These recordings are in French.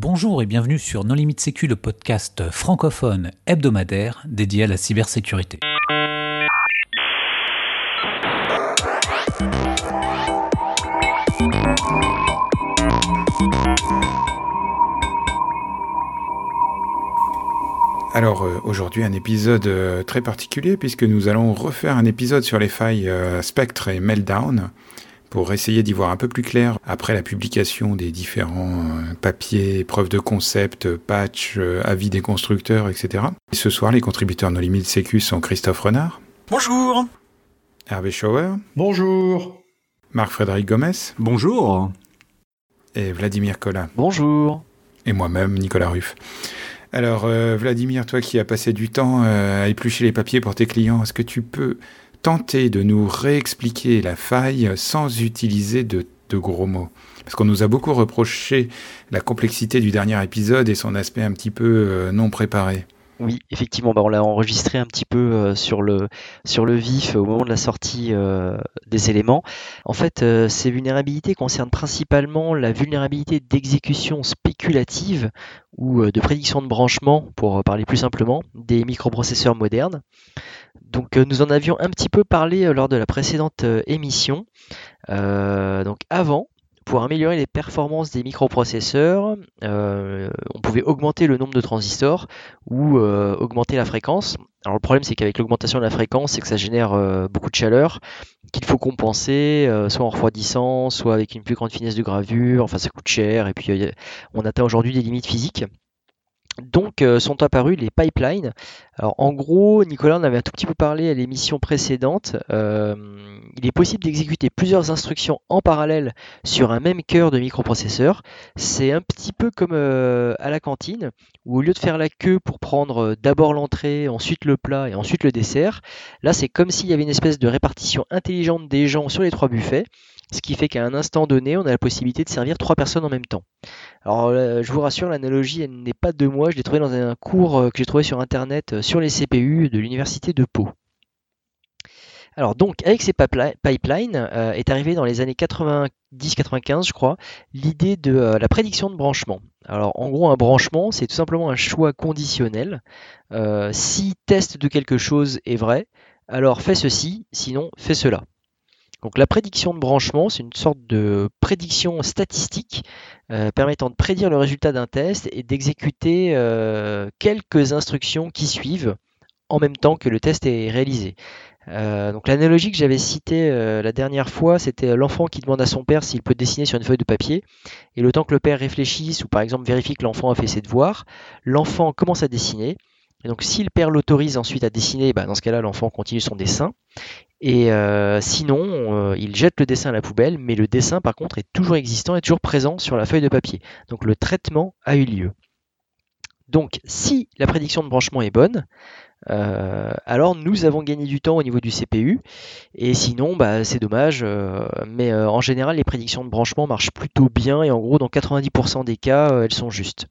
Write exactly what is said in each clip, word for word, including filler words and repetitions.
Bonjour et bienvenue sur No Limit Sécu, le podcast francophone hebdomadaire dédié à la cybersécurité. Alors euh, aujourd'hui un épisode euh, très particulier puisque nous allons refaire un épisode sur les failles euh, Spectre et Meltdown pour essayer d'y voir un peu plus clair après la publication des différents euh, papiers, preuves de concept, patchs, euh, avis des constructeurs, et cetera. Et ce soir, les contributeurs No Limit Sécu sont Christophe Renard. Bonjour. Hervé Schauer. Bonjour. Marc-Frédéric Gomez. Bonjour. Et Vladimir Collin. Bonjour. Et moi-même, Nicolas Ruff. Alors, euh, Vladimir, toi qui as passé du temps euh, à éplucher les papiers pour tes clients, est-ce que tu peux tenter de nous réexpliquer la faille sans utiliser de, de gros mots ? Parce qu'on nous a beaucoup reproché la complexité du dernier épisode et son aspect un petit peu euh, non préparé. Oui, effectivement, bah on l'a enregistré un petit peu euh, sur le sur le vif au moment de la sortie euh, des éléments. En fait, euh, ces vulnérabilités concernent principalement la vulnérabilité d'exécution spéculative ou euh, de prédiction de branchement, pour parler plus simplement, des microprocesseurs modernes. Donc, euh, nous en avions un petit peu parlé euh, lors de la précédente euh, émission. Euh, donc, avant. Pour améliorer les performances des microprocesseurs, euh, on pouvait augmenter le nombre de transistors ou euh, augmenter la fréquence. Alors le problème, c'est qu'avec l'augmentation de la fréquence, c'est que ça génère euh, beaucoup de chaleur qu'il faut compenser, euh, soit en refroidissant, soit avec une plus grande finesse de gravure. Enfin, ça coûte cher et puis euh, on atteint aujourd'hui des limites physiques. Donc euh, sont apparus les pipelines. Alors en gros, Nicolas en avait un tout petit peu parlé à l'émission précédente. Euh, il est possible d'exécuter plusieurs instructions en parallèle sur un même cœur de microprocesseur. C'est un petit peu comme euh, à la cantine, où au lieu de faire la queue pour prendre d'abord l'entrée, ensuite le plat et ensuite le dessert, là c'est comme s'il y avait une espèce de répartition intelligente des gens sur les trois buffets, ce qui fait qu'à un instant donné, on a la possibilité de servir trois personnes en même temps. Alors euh, je vous rassure, l'analogie elle n'est pas de moi, je l'ai trouvé dans un cours euh, que j'ai trouvé sur internet euh, sur les C P U de l'université de Pau. Alors donc avec ces pipelines euh, est arrivé dans les années quatre-vingt-dix quatre-vingt-quinze je crois l'idée de euh, la prédiction de branchement. Alors en gros un branchement c'est tout simplement un choix conditionnel. Euh, si test de quelque chose est vrai, alors fais ceci, sinon fais cela. Donc la prédiction de branchement, c'est une sorte de prédiction statistique euh, permettant de prédire le résultat d'un test et d'exécuter euh, quelques instructions qui suivent en même temps que le test est réalisé. Euh, donc l'analogie que j'avais citée euh, la dernière fois, c'était l'enfant qui demande à son père s'il peut dessiner sur une feuille de papier. Et le temps que le père réfléchisse ou par exemple vérifie que l'enfant a fait ses devoirs, l'enfant commence à dessiner. Et donc si le père l'autorise ensuite à dessiner, bah, dans ce cas-là l'enfant continue son dessin. Et euh, sinon, euh, il jette le dessin à la poubelle, mais le dessin par contre est toujours existant et toujours présent sur la feuille de papier. Donc le traitement a eu lieu. Donc si la prédiction de branchement est bonne, euh, alors nous avons gagné du temps au niveau du C P U, et sinon bah, c'est dommage, euh, mais euh, en général les prédictions de branchement marchent plutôt bien, et en gros dans quatre-vingt-dix pour cent des cas, euh, elles sont justes.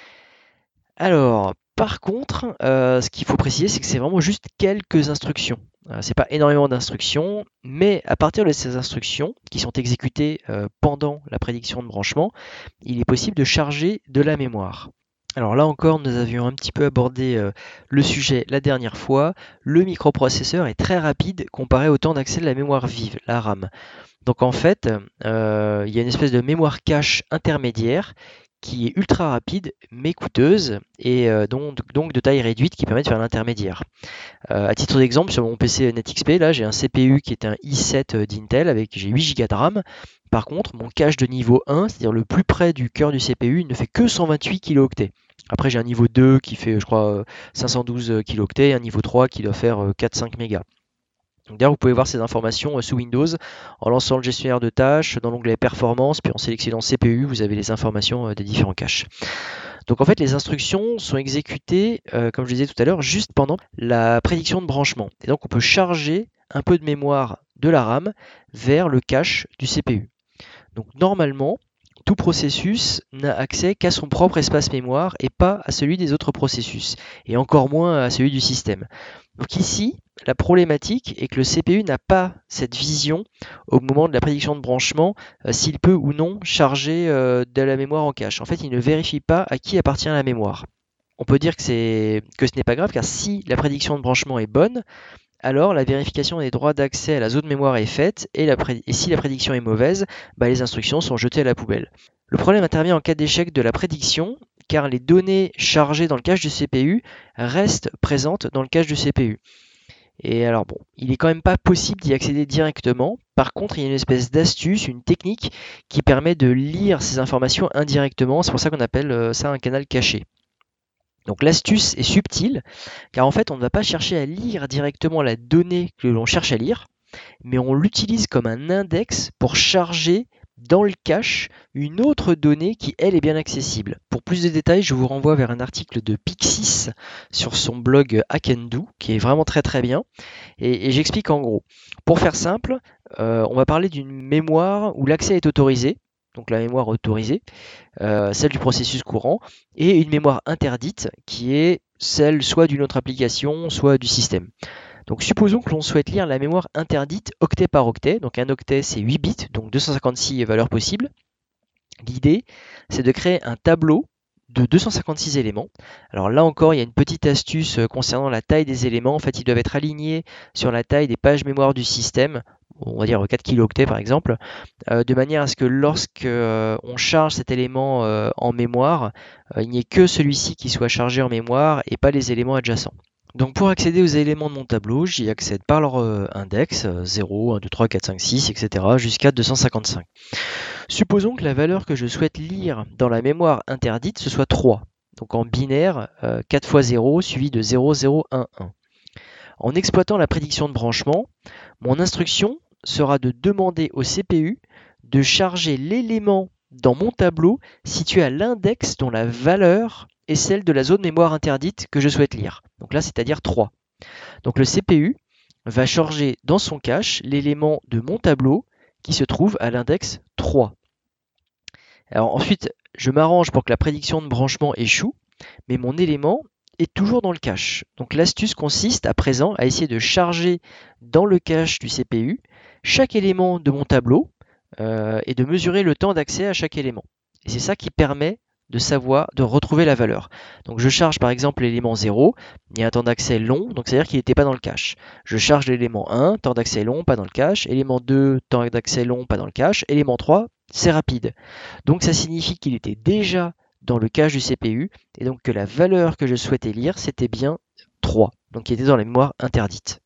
Alors, par contre, euh, ce qu'il faut préciser, c'est que c'est vraiment juste quelques instructions. Euh, c'est pas énormément d'instructions, mais à partir de ces instructions qui sont exécutées euh, pendant la prédiction de branchement, il est possible de charger de la mémoire. Alors là encore, nous avions un petit peu abordé euh, le sujet la dernière fois. Le microprocesseur est très rapide comparé au temps d'accès de la mémoire vive, la RAM. Donc en fait, euh, il y a une espèce de mémoire cache intermédiaire qui est ultra rapide mais coûteuse et euh, donc, donc de taille réduite qui permet de faire l'intermédiaire. Euh, à titre d'exemple, sur mon P C NetXP, là j'ai un C P U qui est un i sept d'Intel avec j'ai huit giga de RAM. Par contre, mon cache de niveau un, c'est-à-dire le plus près du cœur du C P U, il ne fait que cent vingt-huit kilooctets. Après j'ai un niveau deux qui fait je crois cinq cent douze kilooctets et un niveau trois qui doit faire quatre à cinq mégas. D'ailleurs, vous pouvez voir ces informations sous Windows en lançant le gestionnaire de tâches dans l'onglet Performance, puis en sélectionnant C P U, vous avez les informations des différents caches. Donc en fait, les instructions sont exécutées, euh, comme je disais tout à l'heure, juste pendant la prédiction de branchement. Et donc on peut charger un peu de mémoire de la RAM vers le cache du C P U. Donc normalement, tout processus n'a accès qu'à son propre espace mémoire et pas à celui des autres processus, et encore moins à celui du système. Donc ici, la problématique est que le C P U n'a pas cette vision au moment de la prédiction de branchement, euh, s'il peut ou non charger euh, de la mémoire en cache. En fait, il ne vérifie pas à qui appartient la mémoire. On peut dire que, c'est, que ce n'est pas grave, car si la prédiction de branchement est bonne, alors la vérification des droits d'accès à la zone mémoire est faite, et, la pré- et si la prédiction est mauvaise, bah, les instructions sont jetées à la poubelle. Le problème intervient en cas d'échec de la prédiction, car les données chargées dans le cache du C P U restent présentes dans le cache du C P U. Et alors bon, il est quand même pas possible d'y accéder directement. Par contre, il y a une espèce d'astuce, une technique qui permet de lire ces informations indirectement. C'est pour ça qu'on appelle ça un canal caché. Donc l'astuce est subtile, car en fait, on ne va pas chercher à lire directement la donnée que l'on cherche à lire, mais on l'utilise comme un index pour charger dans le cache une autre donnée qui, elle, est bien accessible. Pour plus de détails, je vous renvoie vers un article de Pixis sur son blog Hack'n'Do, qui est vraiment très très bien. Et, et j'explique en gros. Pour faire simple, euh, on va parler d'une mémoire où l'accès est autorisé, donc la mémoire autorisée, euh, celle du processus courant, et une mémoire interdite, qui est celle soit d'une autre application, soit du système. Donc supposons que l'on souhaite lire la mémoire interdite octet par octet. Donc un octet c'est huit bits, donc deux cent cinquante-six valeurs possibles. L'idée c'est de créer un tableau de deux cent cinquante-six éléments. Alors là encore il y a une petite astuce concernant la taille des éléments. En fait ils doivent être alignés sur la taille des pages mémoire du système, on va dire quatre kilooctets par exemple, euh, de manière à ce que lorsque euh, on charge cet élément euh, en mémoire, euh, il n'y ait que celui-ci qui soit chargé en mémoire et pas les éléments adjacents. Donc pour accéder aux éléments de mon tableau, j'y accède par leur euh, index, euh, zéro, un, deux, trois, quatre, cinq, six, et cetera jusqu'à deux cent cinquante-cinq. Supposons que la valeur que je souhaite lire dans la mémoire interdite, ce soit trois. Donc en binaire, euh, quatre fois zéro suivi de zéro, zéro, un, un. En exploitant la prédiction de branchement, mon instruction sera de demander au C P U de charger l'élément dans mon tableau situé à l'index dont la valeur est celle de la zone mémoire interdite que je souhaite lire. Donc là, c'est-à-dire trois. Donc le C P U va charger dans son cache l'élément de mon tableau qui se trouve à l'index trois. Alors ensuite, je m'arrange pour que la prédiction de branchement échoue, mais mon élément est toujours dans le cache. Donc l'astuce consiste à présent à essayer de charger dans le cache du C P U chaque élément de mon tableau euh, et de mesurer le temps d'accès à chaque élément. Et c'est ça qui permet de savoir, de retrouver la valeur. Donc je charge par exemple l'élément zéro, il y a un temps d'accès long, donc c'est-à-dire qu'il n'était pas dans le cache. Je charge l'élément un, temps d'accès long, pas dans le cache. Élément deux, temps d'accès long, pas dans le cache. Élément trois, c'est rapide. Donc ça signifie qu'il était déjà dans le cache du C P U, et donc que la valeur que je souhaitais lire, c'était bien trois, donc qui était dans la mémoire interdite.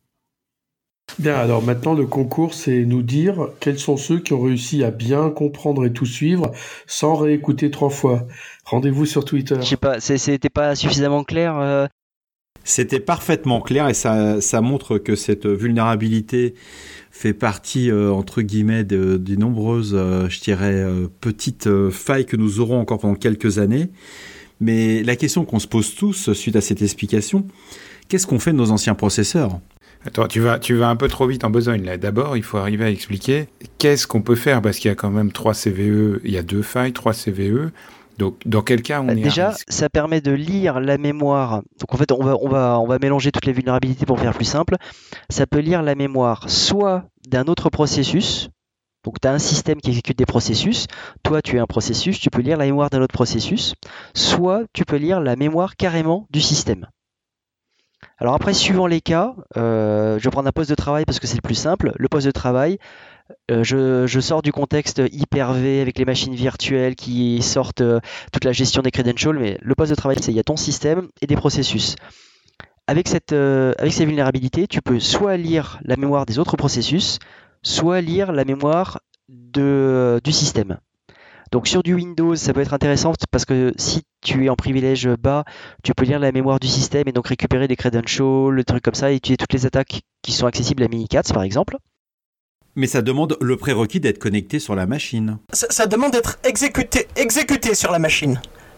Bien, alors maintenant le concours, c'est nous dire quels sont ceux qui ont réussi à bien comprendre et tout suivre sans réécouter trois fois. Rendez-vous sur Twitter. Je sais pas, c'était pas suffisamment clair euh... C'était parfaitement clair et ça, ça montre que cette vulnérabilité fait partie, euh, entre guillemets, de, des nombreuses, euh, je dirais, euh, petites euh, failles que nous aurons encore pendant quelques années. Mais la question qu'on se pose tous, suite à cette explication, qu'est-ce qu'on fait de nos anciens processeurs ? Attends, tu vas, tu vas un peu trop vite en besogne là. D'abord, il faut arriver à expliquer qu'est-ce qu'on peut faire, parce qu'il y a quand même trois C V E, il y a deux failles, trois C V E. Donc, dans quel cas on bah, est déjà, à risque ? Ça permet de lire la mémoire. Donc en fait, on va, on va, on va mélanger toutes les vulnérabilités pour faire plus simple. Ça peut lire la mémoire soit d'un autre processus. Donc tu as un système qui exécute des processus. Toi, tu es un processus, tu peux lire la mémoire d'un autre processus. Soit tu peux lire la mémoire carrément du système. Alors après, suivant les cas, euh, je vais prendre un poste de travail parce que c'est le plus simple. Le poste de travail, euh, je, je sors du contexte Hyper-V avec les machines virtuelles qui sortent euh, toute la gestion des credentials, mais le poste de travail, c'est il y a ton système et des processus. Avec, cette, euh, avec ces vulnérabilités, tu peux soit lire la mémoire des autres processus, soit lire la mémoire de, du système. Donc sur du Windows, ça peut être intéressant parce que si tu es en privilège bas, tu peux lire la mémoire du système et donc récupérer des credentials, des trucs comme ça, et utiliser toutes les attaques qui sont accessibles à Minikats par exemple. Mais ça demande le prérequis d'être connecté sur la machine. Ça, ça demande d'être exécuté, exécuté sur la machine.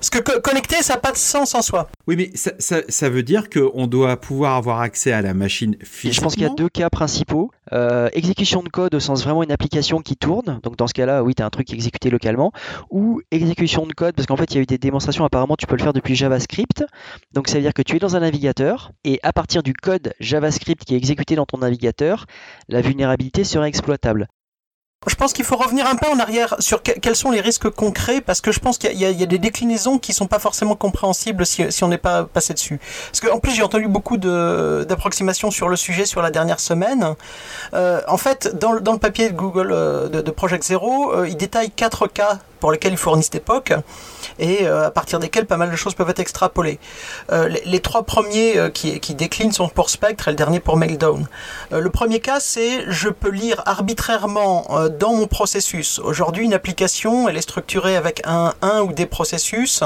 Parce que co- connecter, ça n'a pas de sens en soi. Oui, mais ça, ça, ça veut dire qu'on doit pouvoir avoir accès à la machine physiquement. Je pense qu'il y a deux cas principaux. Euh, exécution de code au sens vraiment une application qui tourne. Donc dans ce cas-là, oui, tu as un truc qui est exécuté localement. Ou exécution de code, parce qu'en fait, il y a eu des démonstrations, apparemment, tu peux le faire depuis JavaScript. Donc ça veut dire que tu es dans un navigateur et à partir du code JavaScript qui est exécuté dans ton navigateur, la vulnérabilité serait exploitable. Je pense qu'il faut revenir un peu en arrière sur que, quels sont les risques concrets, parce que je pense qu'il y a, il y a des déclinaisons qui sont pas forcément compréhensibles si, si on n'est pas passé dessus. Parce qu'en plus, j'ai entendu beaucoup de, d'approximations sur le sujet sur la dernière semaine. Euh, en fait, dans, dans le papier de Google euh, de, de Project Zero, euh, il détaille quatre cas pour lesquels ils fournissent des P O C et euh, à partir desquels pas mal de choses peuvent être extrapolées. Euh, les, les trois premiers euh, qui, qui déclinent sont pour Spectre et le dernier pour Meltdown. Euh, le premier cas, c'est je peux lire arbitrairement euh, dans mon processus. Aujourd'hui, une application, elle est structurée avec un, un ou des processus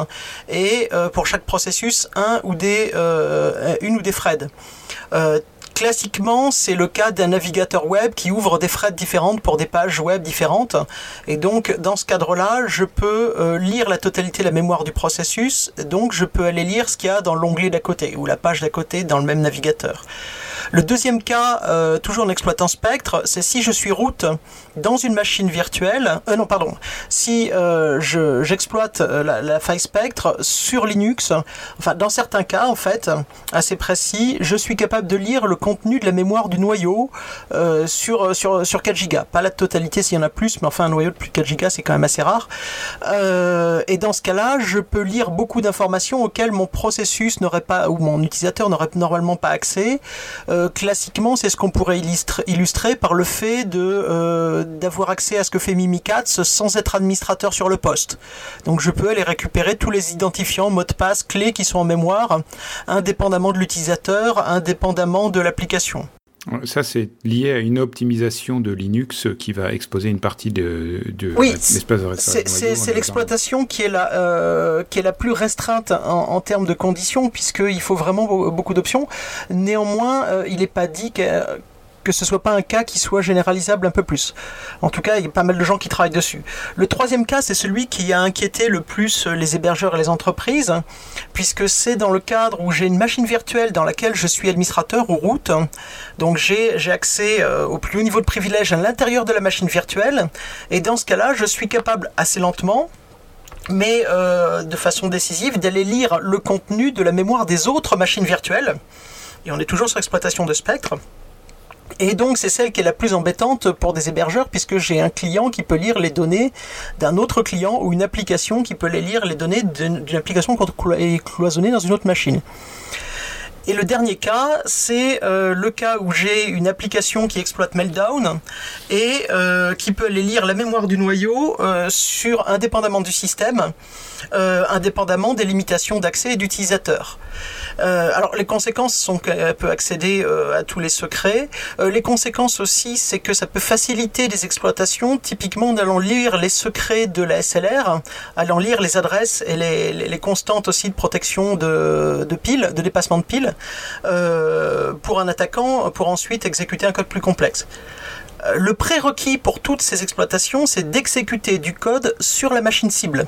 et euh, pour chaque processus, un ou des, euh, une ou des threads. Euh, Classiquement, c'est le cas d'un navigateur web qui ouvre des threads différentes pour des pages web différentes. Et donc, dans ce cadre-là, je peux euh, lire la totalité de la mémoire du processus. Donc, je peux aller lire ce qu'il y a dans l'onglet d'à côté ou la page d'à côté dans le même navigateur. Le deuxième cas, euh, toujours en exploitant Spectre, c'est si je suis root dans une machine virtuelle, euh, non pardon, si euh, je, j'exploite la, la faille Spectre sur Linux, enfin dans certains cas en fait, assez précis, je suis capable de lire le contenu de la mémoire du noyau euh, sur, sur, sur quatre gigas. Pas la totalité s'il y en a plus, mais enfin un noyau de plus de quatre gigas c'est quand même assez rare. Euh, et dans ce cas-là, je peux lire beaucoup d'informations auxquelles mon processus n'aurait pas, ou mon utilisateur n'aurait normalement pas accès. Euh, classiquement, c'est ce qu'on pourrait illustrer, illustrer par le fait de, euh, d'avoir accès à ce que fait Mimikatz sans être administrateur sur le poste. Donc je peux aller récupérer tous les identifiants, mots de passe, clés qui sont en mémoire, indépendamment de l'utilisateur, indépendamment de l'application. Ça, c'est lié à une optimisation de Linux qui va exposer une partie de, de oui, l'espace de réserve. C'est, c'est, c'est l'exploitation qui est, la, euh, qui est la plus restreinte en, en termes de conditions, puisqu'il faut vraiment beaucoup d'options. Néanmoins, euh, il n'est pas dit que... que ce soit pas un cas qui soit généralisable un peu plus. En tout cas, il y a pas mal de gens qui travaillent dessus. Le troisième cas, c'est celui qui a inquiété le plus les hébergeurs et les entreprises, puisque c'est dans le cadre où j'ai une machine virtuelle dans laquelle je suis administrateur ou root. Donc j'ai, j'ai accès euh, au plus haut niveau de privilège à l'intérieur de la machine virtuelle, et dans ce cas-là, je suis capable assez lentement, mais euh, de façon décisive, d'aller lire le contenu de la mémoire des autres machines virtuelles. Et on est toujours sur l'exploitation de Spectre. Et donc c'est celle qui est la plus embêtante pour des hébergeurs, puisque j'ai un client qui peut lire les données d'un autre client ou une application qui peut les lire les données d'une, d'une application qui est cloisonnée dans une autre machine. Et le dernier cas, c'est euh, le cas où j'ai une application qui exploite Meltdown et euh, qui peut aller lire la mémoire du noyau euh, sur, indépendamment du système, euh, indépendamment des limitations d'accès et d'utilisateurs. Euh, alors les conséquences sont qu'elle peut accéder euh, à tous les secrets. Euh, les conséquences aussi, c'est que ça peut faciliter les exploitations, typiquement en allant lire les secrets de la S L R, allant lire les adresses et les, les, les constantes aussi de protection de, de piles, de dépassement de piles, euh, pour un attaquant, pour ensuite exécuter un code plus complexe. Euh, le prérequis pour toutes ces exploitations, c'est d'exécuter du code sur la machine cible.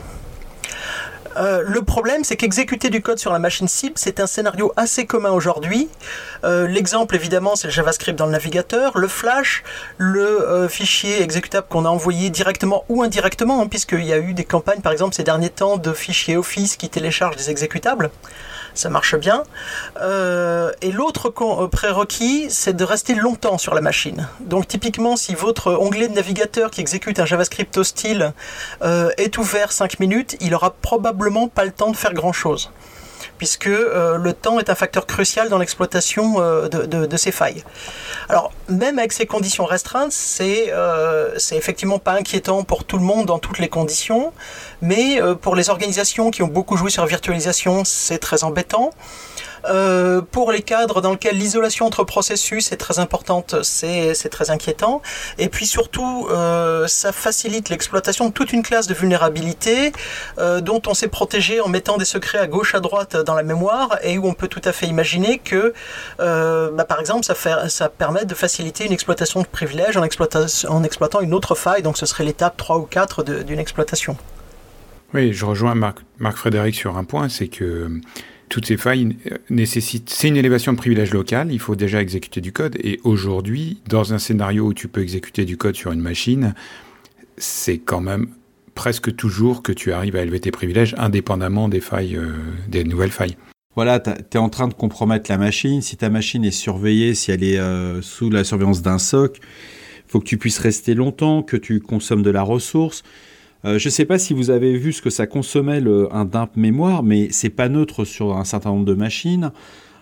Euh, le problème, c'est qu'exécuter du code sur la machine cible, c'est un scénario assez commun aujourd'hui. Euh, l'exemple, évidemment, c'est le JavaScript dans le navigateur, le Flash, le euh, fichier exécutable qu'on a envoyé directement ou indirectement, hein, puisqu'il y a eu des campagnes, par exemple, ces derniers temps, de fichiers Office qui téléchargent des exécutables. Ça marche bien. Euh, et l'autre con- prérequis, c'est de rester longtemps sur la machine. Donc typiquement, si votre onglet de navigateur qui exécute un JavaScript hostile euh, est ouvert cinq minutes, il aura probablement pas le temps de faire grand-chose, puisque euh, le temps est un facteur crucial dans l'exploitation euh, de, de, de ces failles. Alors, même avec ces conditions restreintes, c'est, euh, c'est effectivement pas inquiétant pour tout le monde dans toutes les conditions, mais euh, pour les organisations qui ont beaucoup joué sur la virtualisation, c'est très embêtant. Euh, pour les cadres dans lesquels l'isolation entre processus est très importante, c'est, c'est très inquiétant. Et puis surtout, euh, ça facilite l'exploitation de toute une classe de vulnérabilités euh, dont on s'est protégé en mettant des secrets à gauche, à droite dans la mémoire, et où on peut tout à fait imaginer que, euh, bah, par exemple, ça, fait, ça permet de faciliter une exploitation de privilèges en, exploita- en exploitant une autre faille, donc ce serait l'étape trois ou quatre de, d'une exploitation. Oui, je rejoins Marc, Marc Frédéric sur un point, c'est que toutes ces failles nécessitent... C'est une élévation de privilège local, il faut déjà exécuter du code. Et aujourd'hui, dans un scénario où tu peux exécuter du code sur une machine, c'est quand même presque toujours que tu arrives à élever tes privilèges indépendamment des failles, euh, des nouvelles failles. Voilà, tu es en train de compromettre la machine. Si ta machine est surveillée, si elle est euh, sous la surveillance d'un S O C, il faut que tu puisses rester longtemps, que tu consommes de la ressource. Euh, je ne sais pas si vous avez vu ce que ça consommait le, un dump mémoire, mais c'est pas neutre sur un certain nombre de machines.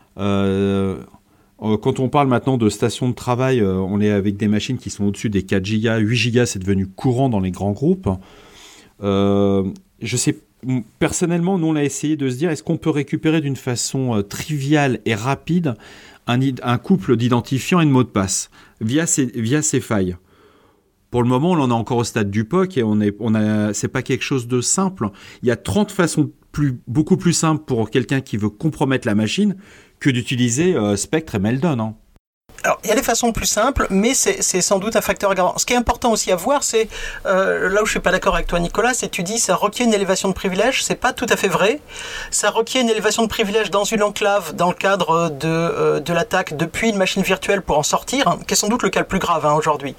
Euh, quand on parle maintenant de stations de travail, euh, on est avec des machines qui sont au-dessus des quatre gigas, huit gigas, c'est devenu courant dans les grands groupes. Euh, je sais, personnellement, nous on a essayé de se dire, est-ce qu'on peut récupérer d'une façon euh, triviale et rapide un, un couple d'identifiants et de mots de passe via ces, via ces failles? Pour le moment, on en est encore au stade du P O C et on est, on a, c'est pas quelque chose de simple. Il y a trente façons plus, beaucoup plus simples pour quelqu'un qui veut compromettre la machine que d'utiliser euh, Spectre et Meldon. Hein. Alors, il y a des façons plus simples, mais c'est, c'est sans doute un facteur aggravant. Ce qui est important aussi à voir, c'est, euh, là où je suis pas d'accord avec toi, Nicolas, c'est que tu dis ça requiert une élévation de privilège. C'est pas tout à fait vrai. Ça requiert une élévation de privilège dans une enclave, dans le cadre de, euh, de l'attaque depuis une machine virtuelle pour en sortir, hein, qui est sans doute le cas le plus grave hein, aujourd'hui.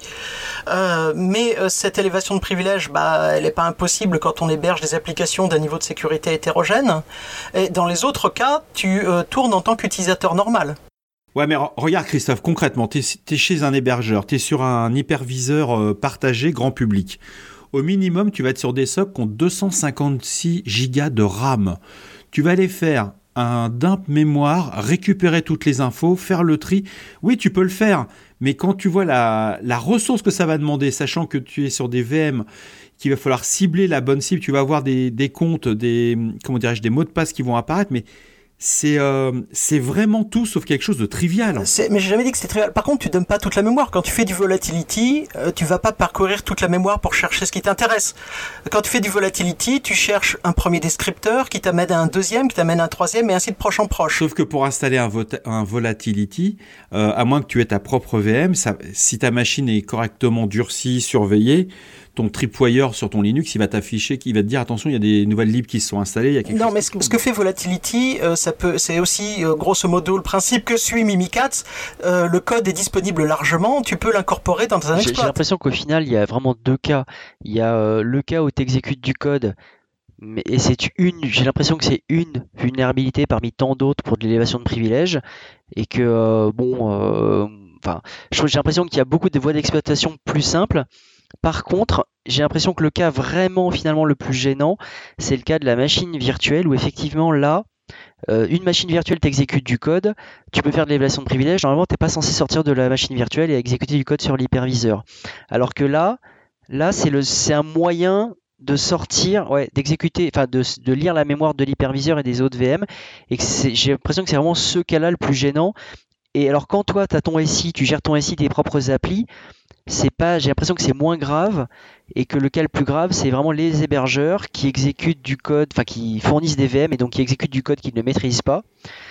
Euh, mais euh, cette élévation de privilège, bah, elle n'est pas impossible quand on héberge des applications d'un niveau de sécurité hétérogène. Et dans les autres cas, tu euh, tournes en tant qu'utilisateur normal. Ouais, mais re- regarde Christophe, concrètement, t'es, t'es chez un hébergeur, t'es sur un hyperviseur euh, partagé grand public. Au minimum, tu vas être sur des socs qui ont deux cent cinquante-six gigas de RAM. Tu vas aller faire un dump mémoire, récupérer toutes les infos, faire le tri. Oui, tu peux le faire, mais quand tu vois la, la ressource que ça va demander, sachant que tu es sur des V M, qu'il va falloir cibler la bonne cible, tu vas avoir des, des comptes, des, comment dirais-je, des mots de passe qui vont apparaître, mais C'est, euh, c'est vraiment tout sauf quelque chose de trivial. C'est, mais j'ai jamais dit que c'était trivial. Par contre, tu donnes pas toute la mémoire. Quand tu fais du volatility, euh, tu vas pas parcourir toute la mémoire pour chercher ce qui t'intéresse. Quand tu fais du volatility, tu cherches un premier descripteur qui t'amène à un deuxième, qui t'amène à un troisième, et ainsi de proche en proche. Sauf que pour installer un, vo- un volatility, euh, à moins que tu aies ta propre V M, ça, si ta machine est correctement durcie, surveillée, ton tripwire sur ton Linux, il va t'afficher, il va te dire attention, il y a des nouvelles libs qui se sont installées. Il y a quelque non, chose mais ce, ce que fait Volatility, euh, ça peut, c'est aussi euh, grosso modo le principe que suit Mimikatz. Euh, le code est disponible largement, tu peux l'incorporer dans un exploit. J'ai, j'ai l'impression qu'au final, il y a vraiment deux cas. Il y a euh, le cas où tu exécutes du code, mais, et c'est une, j'ai l'impression que c'est une vulnérabilité parmi tant d'autres pour de l'élévation de privilèges, et que, euh, bon, euh, enfin, j'ai l'impression qu'il y a beaucoup de voies d'exploitation plus simples. Par contre, j'ai l'impression que le cas vraiment finalement le plus gênant, c'est le cas de la machine virtuelle où effectivement là, euh, une machine virtuelle t'exécute du code, tu peux faire de l'élévation de privilèges, normalement tu n'es pas censé sortir de la machine virtuelle et exécuter du code sur l'hyperviseur. Alors que là, là c'est, le, c'est un moyen de sortir, ouais, d'exécuter, enfin de, de lire la mémoire de l'hyperviseur et des autres V M, et que c'est, j'ai l'impression que c'est vraiment ce cas-là le plus gênant. Et alors quand toi tu as ton S I, tu gères ton S I, tes propres applis, c'est pas, j'ai l'impression que c'est moins grave et que le cas le plus grave c'est vraiment les hébergeurs qui exécutent du code, enfin qui fournissent des V M et donc qui exécutent du code qu'ils ne maîtrisent pas,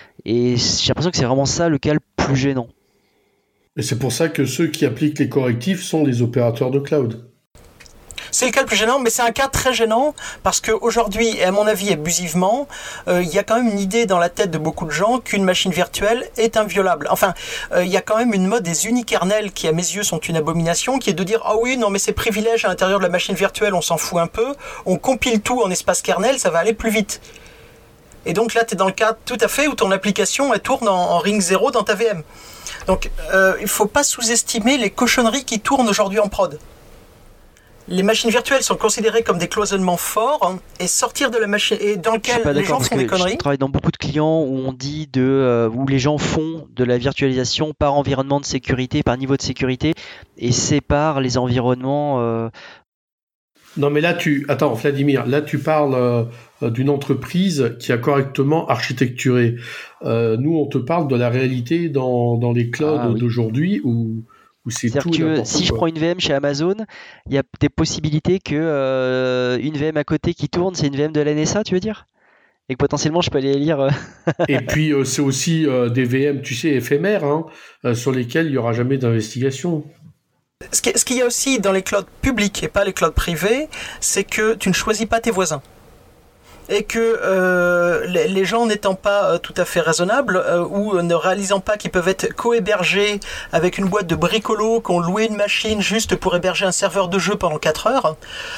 et j'ai l'impression que c'est vraiment ça le cas le plus gênant. Et c'est pour ça que ceux qui appliquent les correctifs sont les opérateurs de cloud. C'est le cas le plus gênant, mais c'est un cas très gênant parce qu'aujourd'hui, et à mon avis abusivement, euh, il y a quand même une idée dans la tête de beaucoup de gens qu'une machine virtuelle est inviolable. Enfin, euh, il y a quand même une mode des unikernels qui, à mes yeux, sont une abomination, qui est de dire « Ah oui, non mais ces privilèges à l'intérieur de la machine virtuelle, on s'en fout un peu, on compile tout en espace kernel, ça va aller plus vite. » Et donc là, tu es dans le cas tout à fait où ton application elle tourne en, en ring zéro dans ta V M. Donc, euh, il ne faut pas sous-estimer les cochonneries qui tournent aujourd'hui en prod. Les machines virtuelles sont considérées comme des cloisonnements forts hein, et sortir de la machine et dans lequel les gens font des conneries. Je travaille dans beaucoup de clients où on dit de euh, où les gens font de la virtualisation par environnement de sécurité, par niveau de sécurité et séparent les environnements. Euh... Non mais là tu attends Vladimir, là tu parles euh, d'une entreprise qui a correctement architecturé. Euh, nous on te parle de la réalité dans dans les clouds ah, oui. d'aujourd'hui où Où c'est C'est-à-dire tout que si quoi. Je prends une V M chez Amazon, il y a des possibilités que euh, une V M à côté qui tourne, c'est une V M de la N S A, tu veux dire ? Et que potentiellement je peux aller lire. Euh... Et puis euh, c'est aussi euh, des V M, tu sais, éphémères, hein, euh, sur lesquelles il n'y aura jamais d'investigation. Ce qu'il y a aussi dans les clouds publics et pas les clouds privés, c'est que tu ne choisis pas tes voisins. et que euh, les, les gens n'étant pas euh, tout à fait raisonnables euh, ou ne réalisant pas qu'ils peuvent être co-hébergés avec une boîte de bricolos qui ont loué une machine juste pour héberger un serveur de jeu pendant quatre heures,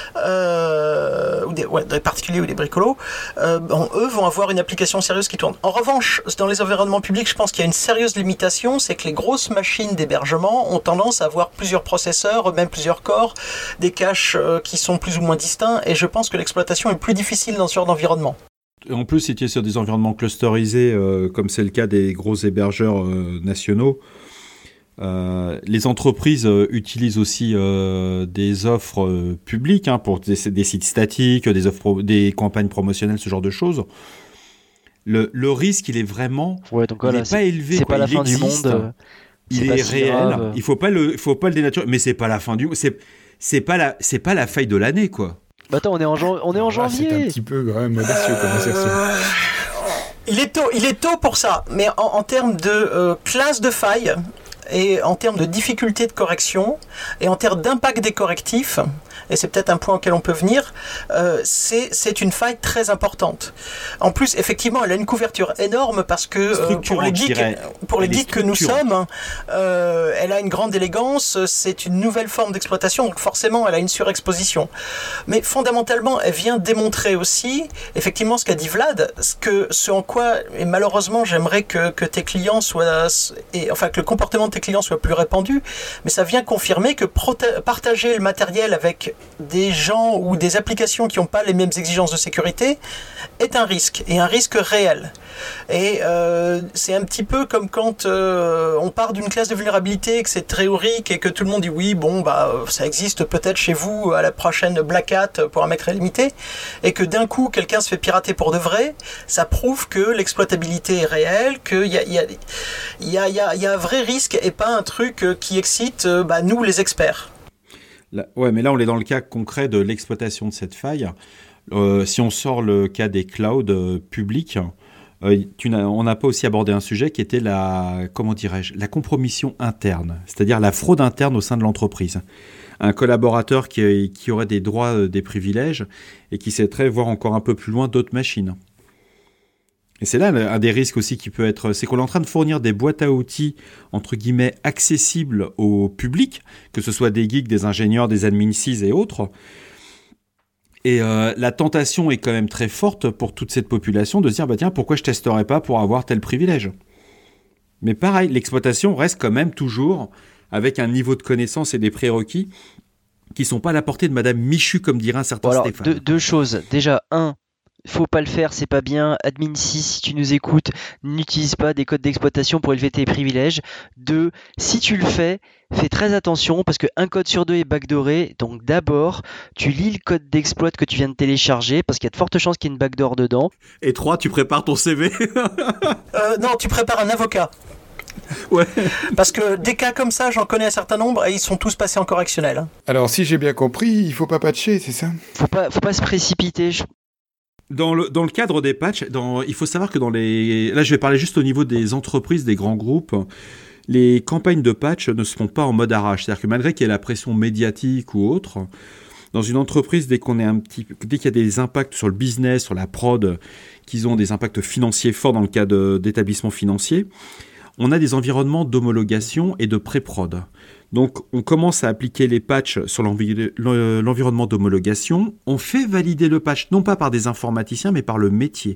euh, ou des, ouais, des particuliers ou des bricolos, euh, bon, eux vont avoir une application sérieuse qui tourne. En revanche, dans les environnements publics, je pense qu'il y a une sérieuse limitation, c'est que les grosses machines d'hébergement ont tendance à avoir plusieurs processeurs, même plusieurs corps, des caches euh, qui sont plus ou moins distincts, et je pense que l'exploitation est plus difficile dans ce genre d'environnement. En plus, si tu es sur des environnements clusterisés, euh, comme c'est le cas des gros hébergeurs euh, nationaux, euh, les entreprises euh, utilisent aussi euh, des offres euh, publiques hein, pour des, des sites statiques, des, offres pro- des campagnes promotionnelles, ce genre de choses. Le, le risque, il est vraiment ouais, donc voilà, il n'est pas élevé. C'est quoi. pas la il fin existe, du monde. Euh, il est, est si réel. Grave. Il faut pas le, faut pas le dénaturer. Mais c'est pas la fin du monde. C'est, c'est pas la, c'est pas la faille de l'année, quoi. Bah attends, on est en, jan- on est en Ah, janvier. C'est un petit peu quand même audacieux comme assertion. Euh, il est tôt, il est tôt pour ça. Mais en, en termes de euh, classe de faille et en termes de difficulté de correction et en termes d'impact des correctifs, et c'est peut-être un point auquel on peut venir, euh, c'est, c'est une faille très importante. En plus, effectivement, elle a une couverture énorme parce que euh, pour les geeks, pour les geeks que nous sommes, euh, elle a une grande élégance, c'est une nouvelle forme d'exploitation, donc forcément, elle a une surexposition. Mais fondamentalement, elle vient démontrer aussi, effectivement, ce qu'a dit Vlad, ce, que, ce en quoi, et malheureusement, j'aimerais que, que tes clients soient, et, enfin, que le comportement de tes clients soit plus répandu, mais ça vient confirmer que proté- partager le matériel avec des gens ou des applications qui n'ont pas les mêmes exigences de sécurité est un risque, et un risque réel. Et euh, c'est un petit peu comme quand euh, on part d'une classe de vulnérabilité et que c'est théorique et que tout le monde dit oui, bon, bah, ça existe peut-être chez vous à la prochaine Black Hat pour un mec très limité, et que d'un coup quelqu'un se fait pirater pour de vrai, ça prouve que l'exploitabilité est réelle, qu'il y a, il y a, il y a, il y a, il y a un vrai risque et pas un truc qui excite bah, nous les experts. Là, ouais, mais là, on est dans le cas concret de l'exploitation de cette faille. Euh, si on sort le cas des clouds euh, publics, euh, tu n'as, on n'a pas aussi abordé un sujet qui était la, comment dirais-je, la compromission interne, c'est-à-dire la fraude interne au sein de l'entreprise. Un collaborateur qui, qui aurait des droits, euh, des privilèges, et qui souhaiterait voir encore un peu plus loin d'autres machines. Et c'est là un des risques aussi qui peut être, c'est qu'on est en train de fournir des boîtes à outils, entre guillemets, accessibles au public, que ce soit des geeks, des ingénieurs, des admin sys et autres. Et euh, la tentation est quand même très forte pour toute cette population de se dire, bah tiens, pourquoi je testerais pas pour avoir tel privilège ? Mais pareil, l'exploitation reste quand même toujours avec un niveau de connaissance et des prérequis qui sont pas à la portée de Madame Michu, comme dirait un certain bon, alors, Stéphane. Deux, deux choses. Déjà, un, faut pas le faire, c'est pas bien. Admin sys, si tu nous écoutes, n'utilise pas des codes d'exploitation pour élever tes privilèges. Deux, si tu le fais, fais très attention parce qu'un code sur deux est backdooré. Donc d'abord, tu lis le code d'exploit que tu viens de télécharger parce qu'il y a de fortes chances qu'il y ait une backdoor dedans. Et trois, tu prépares ton C V. euh, non, tu prépares un avocat. Ouais. Parce que des cas comme ça, j'en connais un certain nombre et ils sont tous passés en correctionnel. Alors, si j'ai bien compris, il faut pas patcher, c'est ça ? Faut pas, faut pas se précipiter. Je... Dans le, dans le cadre des patchs, dans, il faut savoir que dans les... Là, je vais parler juste au niveau des entreprises, des grands groupes. Les campagnes de patch ne se font pas en mode arrache. C'est-à-dire que malgré qu'il y ait la pression médiatique ou autre, dans une entreprise, dès qu'on est un petit, dès qu'il y a des impacts sur le business, sur la prod, qu'ils ont des impacts financiers forts dans le cas de, d'établissements financiers, on a des environnements d'homologation et de pré-prod. Donc, on commence à appliquer les patchs sur l'envi- l'environnement d'homologation. On fait valider le patch, non pas par des informaticiens, mais par le métier.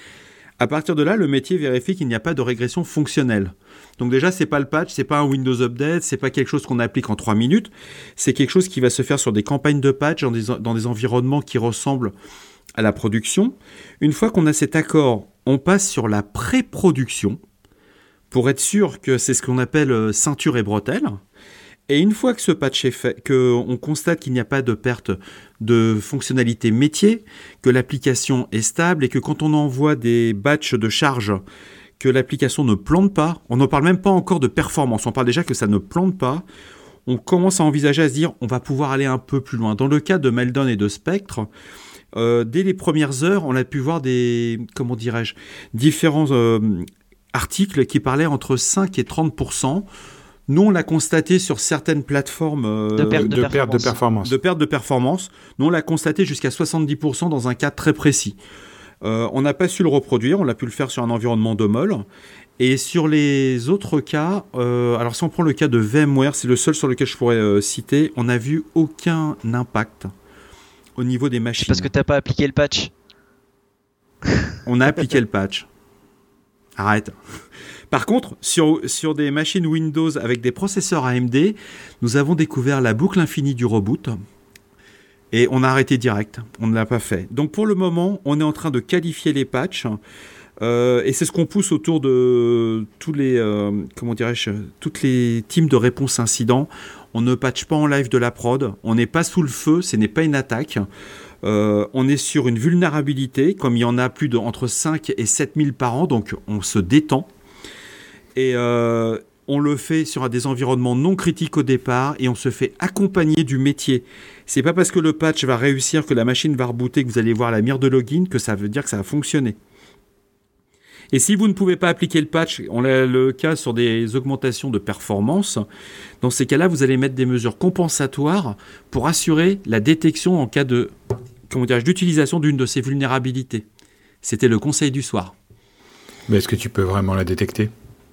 À partir de là, le métier vérifie qu'il n'y a pas de régression fonctionnelle. Donc déjà, c'est pas le patch, c'est pas un Windows Update, c'est pas quelque chose qu'on applique en trois minutes. C'est quelque chose qui va se faire sur des campagnes de patch dans des, dans des environnements qui ressemblent à la production. Une fois qu'on a cet accord, on passe sur la pré-production pour être sûr que c'est ce qu'on appelle ceinture et bretelles. Et une fois que ce patch est fait, qu'on constate qu'il n'y a pas de perte de fonctionnalité métier, que l'application est stable et que quand on envoie des batchs de charge, que l'application ne plante pas, on ne parle même pas encore de performance, on parle déjà que ça ne plante pas, on commence à envisager à se dire on va pouvoir aller un peu plus loin. Dans le cas de Meltdown et de Spectre, euh, dès les premières heures, on a pu voir des, comment dirais-je, différents euh, articles qui parlaient entre cinq et trente pour cent. Nous, on l'a constaté sur certaines plateformes euh, de perte de, de, perte de performance. De perte de performance. Nous, on l'a constaté jusqu'à soixante-dix pour cent dans un cas très précis. Euh, on n'a pas su le reproduire, on a pu le faire sur un environnement de molle. Et sur les autres cas, euh, alors si on prend le cas de VMware, c'est le seul sur lequel je pourrais euh, citer, on n'a vu aucun impact au niveau des machines. C'est parce que tu n'as pas appliqué le patch. On a appliqué le patch. Arrête. Par contre, sur, sur des machines Windows avec des processeurs A M D, nous avons découvert la boucle infinie du reboot. Et on a arrêté direct. On ne l'a pas fait. Donc pour le moment, on est en train de qualifier les patchs. Euh, et c'est ce qu'on pousse autour de tous les, euh, comment dirais-je, toutes les teams de réponse incident. On ne patche pas en live de la prod. On n'est pas sous le feu. Ce n'est pas une attaque. Euh, on est sur une vulnérabilité, comme il y en a plus de entre cinq et sept mille par an. Donc on se détend. Et euh, on le fait sur des environnements non critiques au départ. Et on se fait accompagner du métier. C'est pas parce que le patch va réussir, que la machine va rebooter, que vous allez voir la mire de login, que ça veut dire que ça va fonctionner. Et si vous ne pouvez pas appliquer le patch, on a le cas sur des augmentations de performance, dans ces cas-là, vous allez mettre des mesures compensatoires pour assurer la détection en cas de, comment dirais-je, d'utilisation d'une de ces vulnérabilités. C'était le conseil du soir. Mais est-ce que tu peux vraiment la détecter ?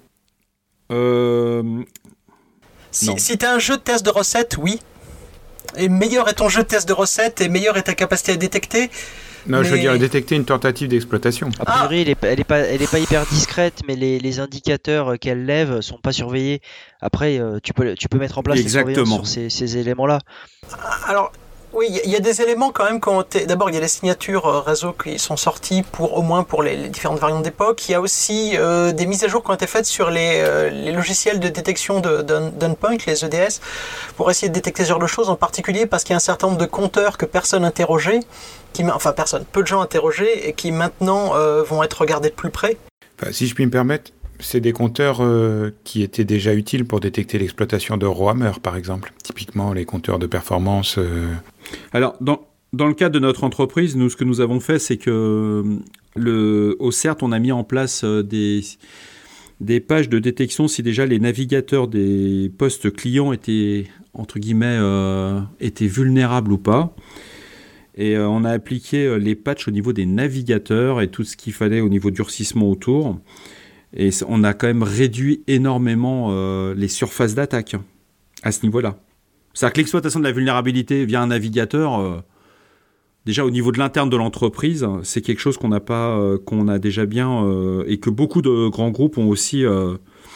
euh... Si, si tu as un jeu de test de recettes, oui. Et meilleur est ton jeu de test de recettes et meilleure est ta capacité à détecter. Non, mais... je veux dire détecter une tentative d'exploitation. A priori, ah. elle, est, elle, est pas, elle est pas hyper discrète, mais les, les indicateurs qu'elle lève sont pas surveillés. Après, euh, tu, peux, tu peux mettre en place Exactement. des surveillances sur ces, ces éléments-là. Alors, oui, il y, y a des éléments quand même qui ont été... D'abord, il y a les signatures euh, réseau qui sont sorties, pour, au moins pour les, les différentes variantes d'époque. Il y a aussi euh, des mises à jour qui ont été faites sur les, euh, les logiciels de détection de, de, d'endpoint, les E D S, pour essayer de détecter ce genre de choses, en particulier parce qu'il y a un certain nombre de compteurs que personne interrogeait, qui, enfin personne, peu de gens interrogés, et qui maintenant euh, vont être regardés de plus près. Enfin, si je puis me permettre, c'est des compteurs euh, qui étaient déjà utiles pour détecter l'exploitation de Rohammer, par exemple. Typiquement, les compteurs de performance. Euh... Alors, dans, dans le cadre de notre entreprise, nous, ce que nous avons fait, c'est que le, au CERT, on a mis en place des, des pages de détection si déjà les navigateurs des postes clients étaient, entre guillemets, euh, étaient vulnérables ou pas. Et euh, on a appliqué les patchs au niveau des navigateurs et tout ce qu'il fallait au niveau durcissement autour. Et on a quand même réduit énormément euh, les surfaces d'attaque à ce niveau-là. C'est-à-dire que l'exploitation de la vulnérabilité via un navigateur, euh, déjà au niveau de l'interne de l'entreprise, c'est quelque chose qu'on n'a pas, euh, qu'on a déjà bien, euh, et que beaucoup de grands groupes ont aussi, euh,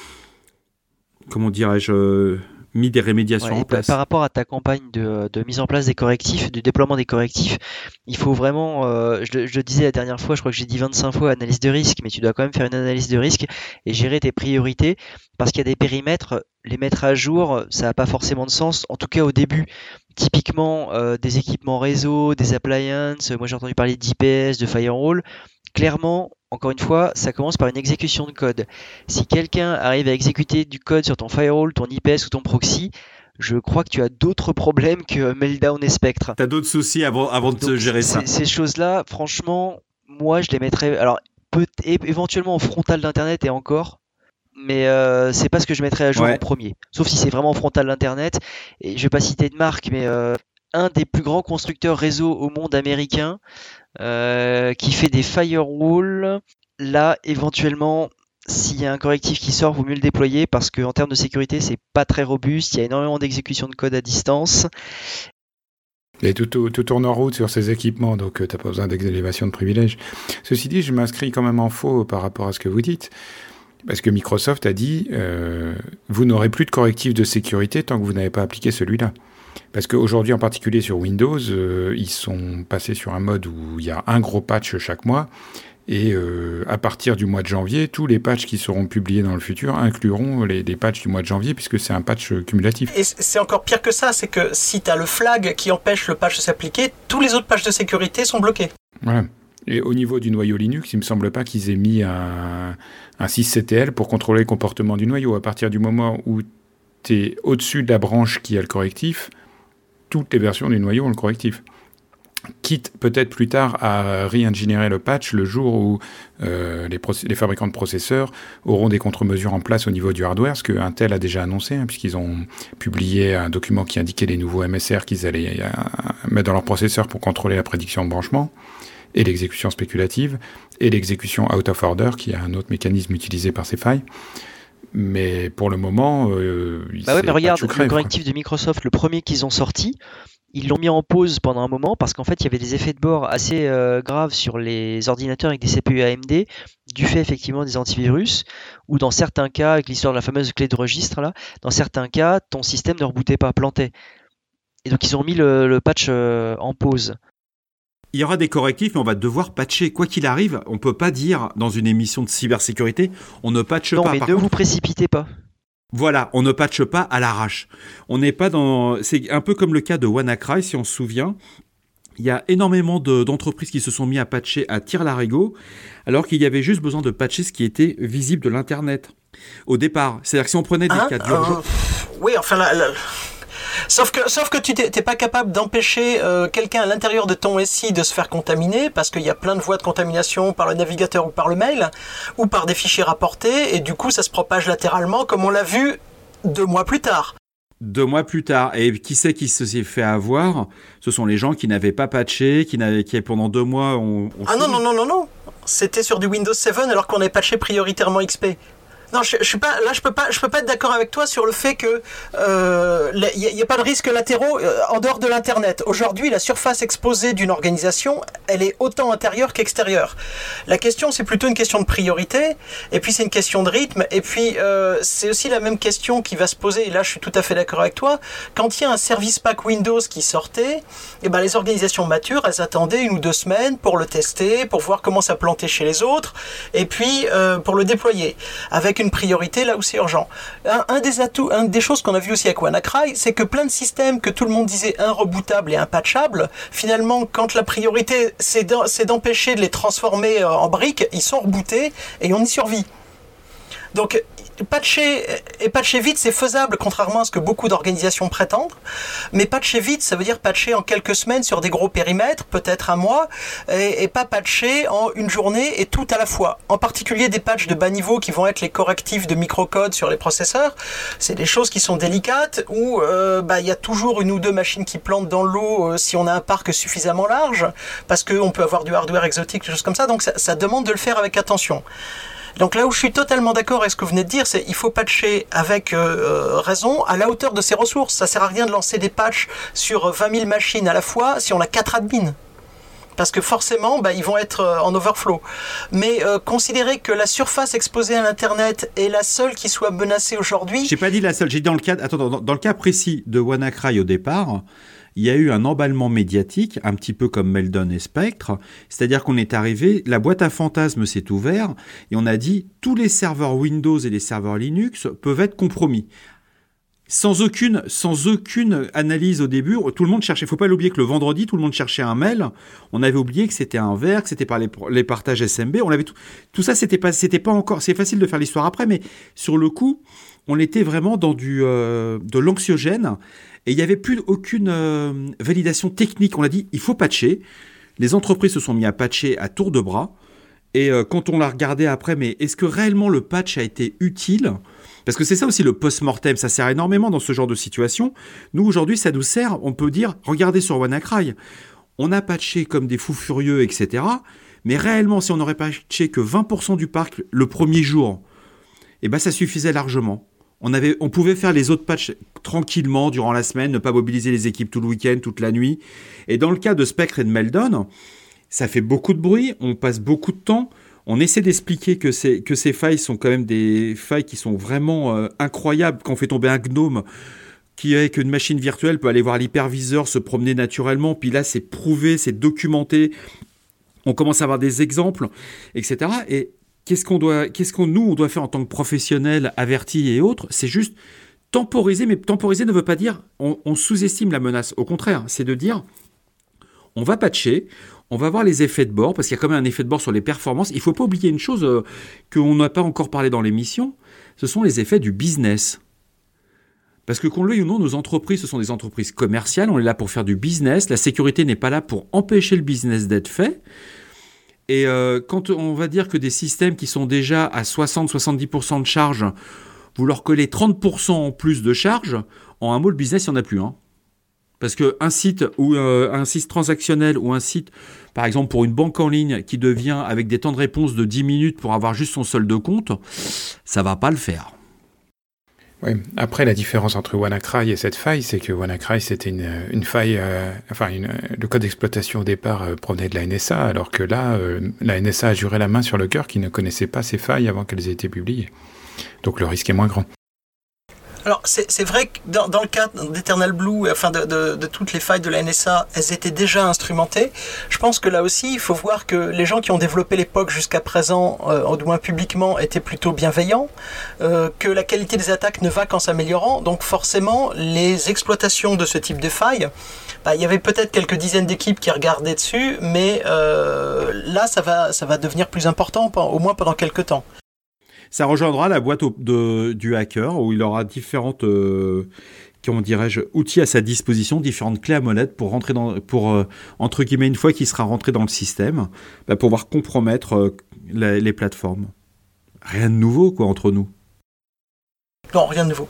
comment dirais-je, euh, mis des rémédiations ouais, en place. Par rapport à ta campagne de, de mise en place des correctifs, du déploiement des correctifs, il faut vraiment, euh, je, je le disais la dernière fois, je crois que j'ai dit vingt-cinq fois analyse de risque, mais tu dois quand même faire une analyse de risque et gérer tes priorités, parce qu'il y a des périmètres, les mettre à jour, ça n'a pas forcément de sens, en tout cas au début. Typiquement, euh, des équipements réseau, des appliances, moi j'ai entendu parler d'I P S, de firewall. Clairement, encore une fois, ça commence par une exécution de code. Si quelqu'un arrive à exécuter du code sur ton firewall, ton I P S ou ton proxy, je crois que tu as d'autres problèmes que Meltdown et Spectre. Tu as d'autres soucis avant, avant de Donc, gérer ça. Ces choses-là, franchement, moi je les mettrais, alors peut, éventuellement au frontal d'Internet et encore, mais euh, c'est pas ce que je mettrais à jour ouais. en premier. Sauf si c'est vraiment frontal d'Internet. Et je vais pas citer de marque, mais euh, un des plus grands constructeurs réseau au monde américain, Euh, qui fait des firewalls. Là, éventuellement, s'il y a un correctif qui sort, vaut mieux le déployer parce qu'en termes de sécurité, c'est pas très robuste. Il y a énormément d'exécution de code à distance. Et tout, tout, tout tourne en route sur ces équipements, donc euh, tu n'as pas besoin d'élévation de privilèges. Ceci dit, je m'inscris quand même en faux par rapport à ce que vous dites, parce que Microsoft a dit euh, vous n'aurez plus de correctif de sécurité tant que vous n'avez pas appliqué celui-là. Parce qu'aujourd'hui, en particulier sur Windows, euh, ils sont passés sur un mode où il y a un gros patch chaque mois. Et euh, à partir du mois de janvier, tous les patchs qui seront publiés dans le futur incluront les, les patchs du mois de janvier, puisque c'est un patch cumulatif. Et c'est encore pire que ça, c'est que si tu as le flag qui empêche le patch de s'appliquer, tous les autres patchs de sécurité sont bloqués. Voilà. Et au niveau du noyau Linux, il ne me semble pas qu'ils aient mis un, un six C T L pour contrôler le comportement du noyau. À partir du moment où tu es au-dessus de la branche qui a le correctif, toutes les versions du noyau ont le correctif. Quitte peut-être plus tard à re-ingénierer le patch le jour où euh, les, process- les fabricants de processeurs auront des contre-mesures en place au niveau du hardware, ce que Intel a déjà annoncé, hein, puisqu'ils ont publié un document qui indiquait les nouveaux M S R qu'ils allaient euh, mettre dans leurs processeurs pour contrôler la prédiction de branchement. et l'exécution spéculative, et l'exécution out of order, qui est un autre mécanisme utilisé par ces failles. Mais pour le moment, euh, bah ouais, mais regarde, crève, le correctif quoi. de Microsoft, le premier qu'ils ont sorti, ils l'ont mis en pause pendant un moment parce qu'en fait, il y avait des effets de bord assez euh, graves sur les ordinateurs avec des C P U A M D, du fait effectivement des antivirus, ou dans certains cas, avec l'histoire de la fameuse clé de registre, là, dans certains cas, ton système ne rebootait pas, plantait. Et donc, ils ont mis le, le patch euh, en pause. Il y aura des correctifs, mais on va devoir patcher. Quoi qu'il arrive, on ne peut pas dire dans une émission de cybersécurité, on ne patche non, pas. Non, mais Par ne contre, vous précipitez pas. Voilà, on ne patche pas à l'arrache. On n'est pas dans. C'est un peu comme le cas de WannaCry, si on se souvient. Il y a énormément de, d'entreprises qui se sont mis à patcher à tire-larigot, alors qu'il y avait juste besoin de patcher ce qui était visible de l'Internet au départ. C'est-à-dire que si on prenait des hein, cas d'urgence. Euh, oui, enfin, la, la... Sauf que, sauf que tu t'es, t'es pas capable d'empêcher euh, quelqu'un à l'intérieur de ton S I de se faire contaminer, parce qu'il y a plein de voies de contamination par le navigateur ou par le mail, ou par des fichiers rapportés, et du coup ça se propage latéralement, comme on l'a vu deux mois plus tard. Deux mois plus tard. Et qui c'est qui se s'est fait avoir? Ce sont les gens qui n'avaient pas patché, qui, n'avaient, qui pendant deux mois ont... ont ah non, non, non, non, non. C'était sur du Windows sept alors qu'on avait patché prioritairement X P. Non, je, je suis pas là. Je peux pas. Je peux pas être d'accord avec toi sur le fait que il euh, n'y a, a pas de risques latéraux euh, en dehors de l'internet. Aujourd'hui, la surface exposée d'une organisation, elle est autant intérieure qu'extérieure. La question, c'est plutôt une question de priorité. Et puis c'est une question de rythme. Et puis euh, c'est aussi la même question qui va se poser. Et là, je suis tout à fait d'accord avec toi. Quand il y a un service pack Windows qui sortait, et ben les organisations matures, elles attendaient une ou deux semaines pour le tester, pour voir comment ça plantait chez les autres, et puis euh, pour le déployer avec une priorité là où c'est urgent. Un, un des atouts, un des choses qu'on a vu aussi avec WannaCry, c'est que plein de systèmes que tout le monde disait unrebootables et impatchables, finalement, quand la priorité c'est, d'en, c'est d'empêcher de les transformer en briques, ils sont rebootés et on y survit. Donc, patcher et patcher vite, c'est faisable, contrairement à ce que beaucoup d'organisations prétendent. Mais patcher vite, ça veut dire patcher en quelques semaines sur des gros périmètres, peut-être un mois, et, et pas patcher en une journée et tout à la fois. En particulier des patchs de bas niveau qui vont être les correctifs de microcode sur les processeurs. C'est des choses qui sont délicates où euh, bah, y a toujours une ou deux machines qui plantent dans l'eau euh, si on a un parc suffisamment large, parce qu'on peut avoir du hardware exotique, des choses comme ça. Donc ça, ça demande de le faire avec attention. Donc là où je suis totalement d'accord avec ce que vous venez de dire, c'est qu'il faut patcher avec euh, raison, à la hauteur de ses ressources. Ça sert à rien de lancer des patchs sur vingt mille machines à la fois si on a quatre admins. Parce que forcément, bah, ils vont être euh, en overflow. Mais euh, considérer que la surface exposée à l'Internet est la seule qui soit menacée aujourd'hui... J'ai pas dit la seule, j'ai dit dans le cas, attends, dans, dans le cas précis de WannaCry au départ, il y a eu un emballement médiatique, un petit peu comme Meldon et Spectre, c'est-à-dire qu'on est arrivé, la boîte à fantasmes s'est ouverte, et on a dit, tous les serveurs Windows et les serveurs Linux peuvent être compromis. Sans aucune, sans aucune analyse au début, tout le monde cherchait, il ne faut pas l'oublier que le vendredi, tout le monde cherchait un mail, on avait oublié que c'était un ver, que c'était par les, les partages S M B, on avait tout, tout ça, c'était pas, c'était pas encore, c'est facile de faire l'histoire après, mais sur le coup, on était vraiment dans du, euh, de l'anxiogène, et il n'y avait plus aucune euh, validation technique. On a dit, il faut patcher. Les entreprises se sont mis à patcher à tour de bras. Et euh, quand on l'a regardé après, mais est-ce que réellement le patch a été utile ? Parce que c'est ça aussi le post-mortem, ça sert énormément dans ce genre de situation. Nous, aujourd'hui, ça nous sert, on peut dire, regardez sur WannaCry, on a patché comme des fous furieux, et cetera. Mais réellement, si on n'aurait patché que vingt pour cent du parc le premier jour, eh ben, ça suffisait largement. On, avait, on pouvait faire les autres patchs tranquillement durant la semaine, ne pas mobiliser les équipes tout le week-end, toute la nuit. Et dans le cas de Spectre et de Meldon, ça fait beaucoup de bruit, on passe beaucoup de temps. On essaie d'expliquer que, c'est, que ces failles sont quand même des failles qui sont vraiment euh, incroyables. Quand on fait tomber un gnome qui, avec une machine virtuelle, peut aller voir l'hyperviseur, se promener naturellement. Puis là, c'est prouvé, c'est documenté. On commence à avoir des exemples, et cetera. Et Qu'est-ce qu'on doit, qu'est-ce qu'on nous on doit faire en tant que professionnels avertis et autres ? C'est juste temporiser, mais temporiser ne veut pas dire on, on sous-estime la menace. Au contraire, c'est de dire on va patcher, on va voir les effets de bord, parce qu'il y a quand même un effet de bord sur les performances. Il ne faut pas oublier une chose euh, qu'on n'a pas encore parlé dans l'émission, ce sont les effets du business. Parce que qu'on le veuille ou non, nos entreprises, ce sont des entreprises commerciales, on est là pour faire du business, la sécurité n'est pas là pour empêcher le business d'être fait. Et euh, quand on va dire que des systèmes qui sont déjà à soixante à soixante-dix pour cent de charge, vous leur collez trente pour cent en plus de charge, en un mot, le business, il n'y en a plus. Hein. Parce qu'un site, ou, euh, un site transactionnel ou un site, par exemple pour une banque en ligne, qui devient avec des temps de réponse de dix minutes pour avoir juste son solde de compte, ça ne va pas le faire. Oui. Après, la différence entre WannaCry et cette faille, c'est que WannaCry, c'était une, une faille, euh, enfin, une, le code d'exploitation au départ euh, provenait de la N S A, alors que là, euh, la N S A a juré la main sur le cœur qu'ils ne connaissait pas ces failles avant qu'elles aient été publiées. Donc le risque est moins grand. Alors, c'est, c'est vrai que dans, dans le cas d'Eternal Blue, enfin de, de, de toutes les failles de la N S A, elles étaient déjà instrumentées. Je pense que là aussi, il faut voir que les gens qui ont développé les P O C jusqu'à présent, euh, au moins publiquement, étaient plutôt bienveillants, euh, que la qualité des attaques ne va qu'en s'améliorant. Donc forcément, les exploitations de ce type de failles, bah, il y avait peut-être quelques dizaines d'équipes qui regardaient dessus, mais euh, là, ça va, ça va devenir plus important, au moins pendant quelques temps. Ça rejoindra la boîte au, de, du hacker où il aura différentes, euh, comment dirais-je, outils à sa disposition, différentes clés à molette pour rentrer dans, pour euh, entre guillemets une fois qu'il sera rentré dans le système, bah, pour pouvoir compromettre euh, la, les plateformes. Rien de nouveau quoi entre nous. Non, rien de nouveau.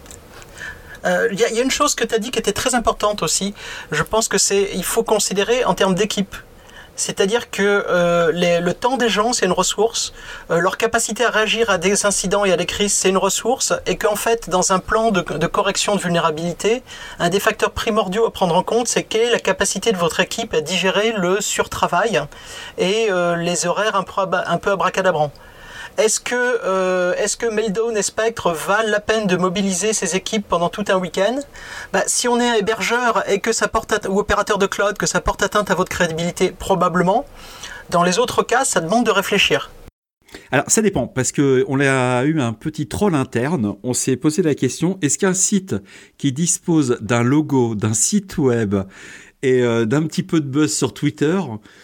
Il euh, y, y a une chose que tu as dit qui était très importante aussi. Je pense que c'est, il faut considérer en termes d'équipe. C'est-à-dire que euh, les, le temps des gens, c'est une ressource, euh, leur capacité à réagir à des incidents et à des crises, c'est une ressource, et qu'en fait, dans un plan de, de correction de vulnérabilité, un des facteurs primordiaux à prendre en compte, c'est quelle est la capacité de votre équipe à digérer le surtravail et euh, les horaires un peu, un peu abracadabrants. Est-ce que, euh, est-ce que Meltdown et Spectre valent la peine de mobiliser ces équipes pendant tout un week-end ? Bah, si on est un hébergeur et que ça porte att- ou opérateur de cloud, que ça porte atteinte à votre crédibilité, probablement. Dans les autres cas, ça demande de réfléchir. Alors ça dépend, parce qu'on a eu un petit troll interne, on s'est posé la question, est-ce qu'un site qui dispose d'un logo, d'un site web et euh, d'un petit peu de buzz sur Twitter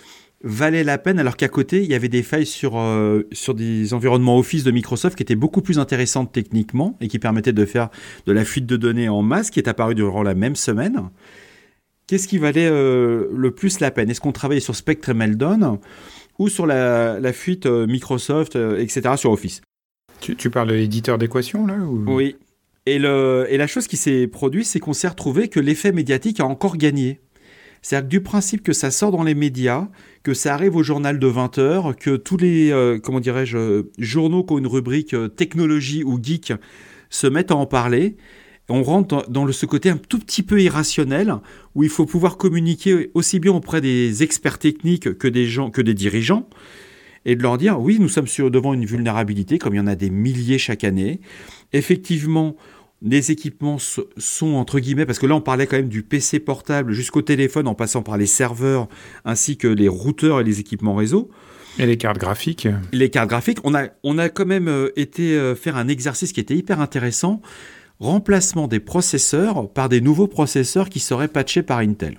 valait la peine, alors qu'à côté, il y avait des failles sur, euh, sur des environnements Office de Microsoft qui étaient beaucoup plus intéressantes techniquement et qui permettaient de faire de la fuite de données en masse qui est apparue durant la même semaine. Qu'est-ce qui valait euh, le plus la peine ? Est-ce qu'on travaillait sur Spectre et Meltdown ou sur la, la fuite euh, Microsoft, euh, et cetera sur Office ? Tu, tu parles de l'éditeur d'équations, là ou... Oui. Et, le, et la chose qui s'est produite, c'est qu'on s'est retrouvé que l'effet médiatique a encore gagné. C'est-à-dire que du principe que ça sort dans les médias, que ça arrive au journal de vingt heures, que tous les, euh, comment dirais-je, euh, journaux qui ont une rubrique euh, technologie ou geek se mettent à en parler, on rentre dans, dans le, ce côté un tout petit peu irrationnel, où il faut pouvoir communiquer aussi bien auprès des experts techniques que des, gens, que des dirigeants, et de leur dire, oui, nous sommes sur, devant une vulnérabilité, comme il y en a des milliers chaque année. Effectivement, les équipements sont, entre guillemets, parce que là on parlait quand même du P C portable jusqu'au téléphone en passant par les serveurs ainsi que les routeurs et les équipements réseau. Et les cartes graphiques. Les cartes graphiques. On a, on a quand même été faire un exercice qui était hyper intéressant. Remplacement des processeurs par des nouveaux processeurs qui seraient patchés par Intel.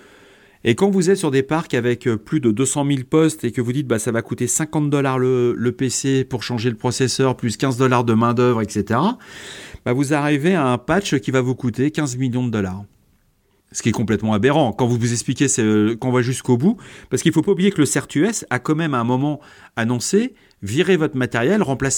Et quand vous êtes sur des parcs avec plus de deux cent mille postes et que vous dites bah, ça va coûter cinquante dollars le, le P C pour changer le processeur, plus quinze dollars de main d'œuvre, et cetera, bah, vous arrivez à un patch qui va vous coûter quinze millions de dollars. Ce qui est complètement aberrant. Quand vous vous expliquez c'est, euh, qu'on va jusqu'au bout, parce qu'il ne faut pas oublier que le CertUS a quand même à un moment annoncé « virez votre matériel, remplacez-le ».